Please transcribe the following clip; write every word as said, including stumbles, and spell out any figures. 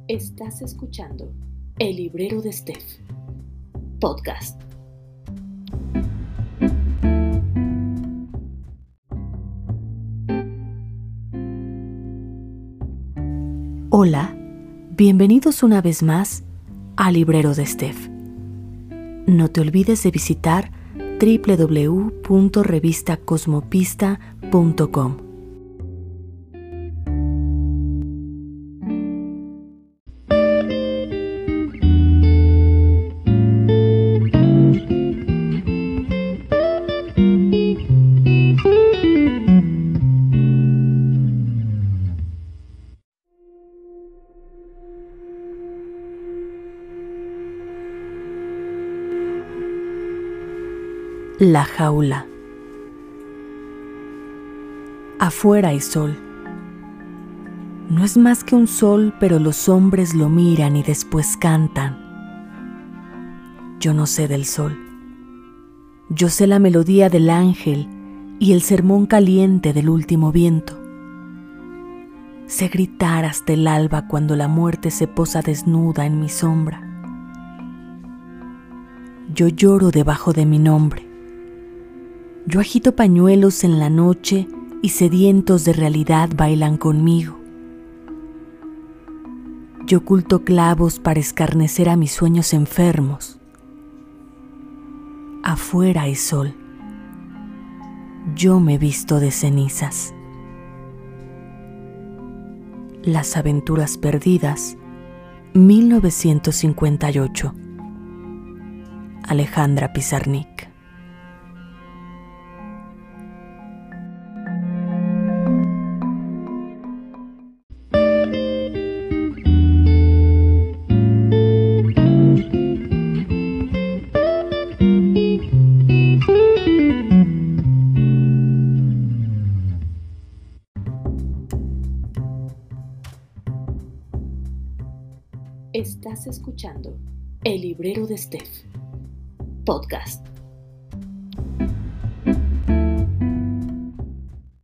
Estás escuchando El Librero de Steph, podcast. Hola, bienvenidos una vez más al Librero de Steph. No te olvides de visitar doble u doble u doble u punto revista cosmopista punto com. La jaula. Afuera hay sol. No es más que un sol, pero los hombres lo miran y después cantan. Yo no sé del sol. Yo sé la melodía del ángel y el sermón caliente del último viento. Sé gritar hasta el alba cuando la muerte se posa desnuda en mi sombra. Yo lloro debajo de mi nombre. Yo agito pañuelos en la noche y sedientos de realidad bailan conmigo. Yo oculto clavos para escarnecer a mis sueños enfermos. Afuera hay sol. Yo me visto de cenizas. Las aventuras perdidas, mil novecientos cincuenta y ocho. Alejandra Pizarnik. Estás escuchando El Librero de Steph, podcast.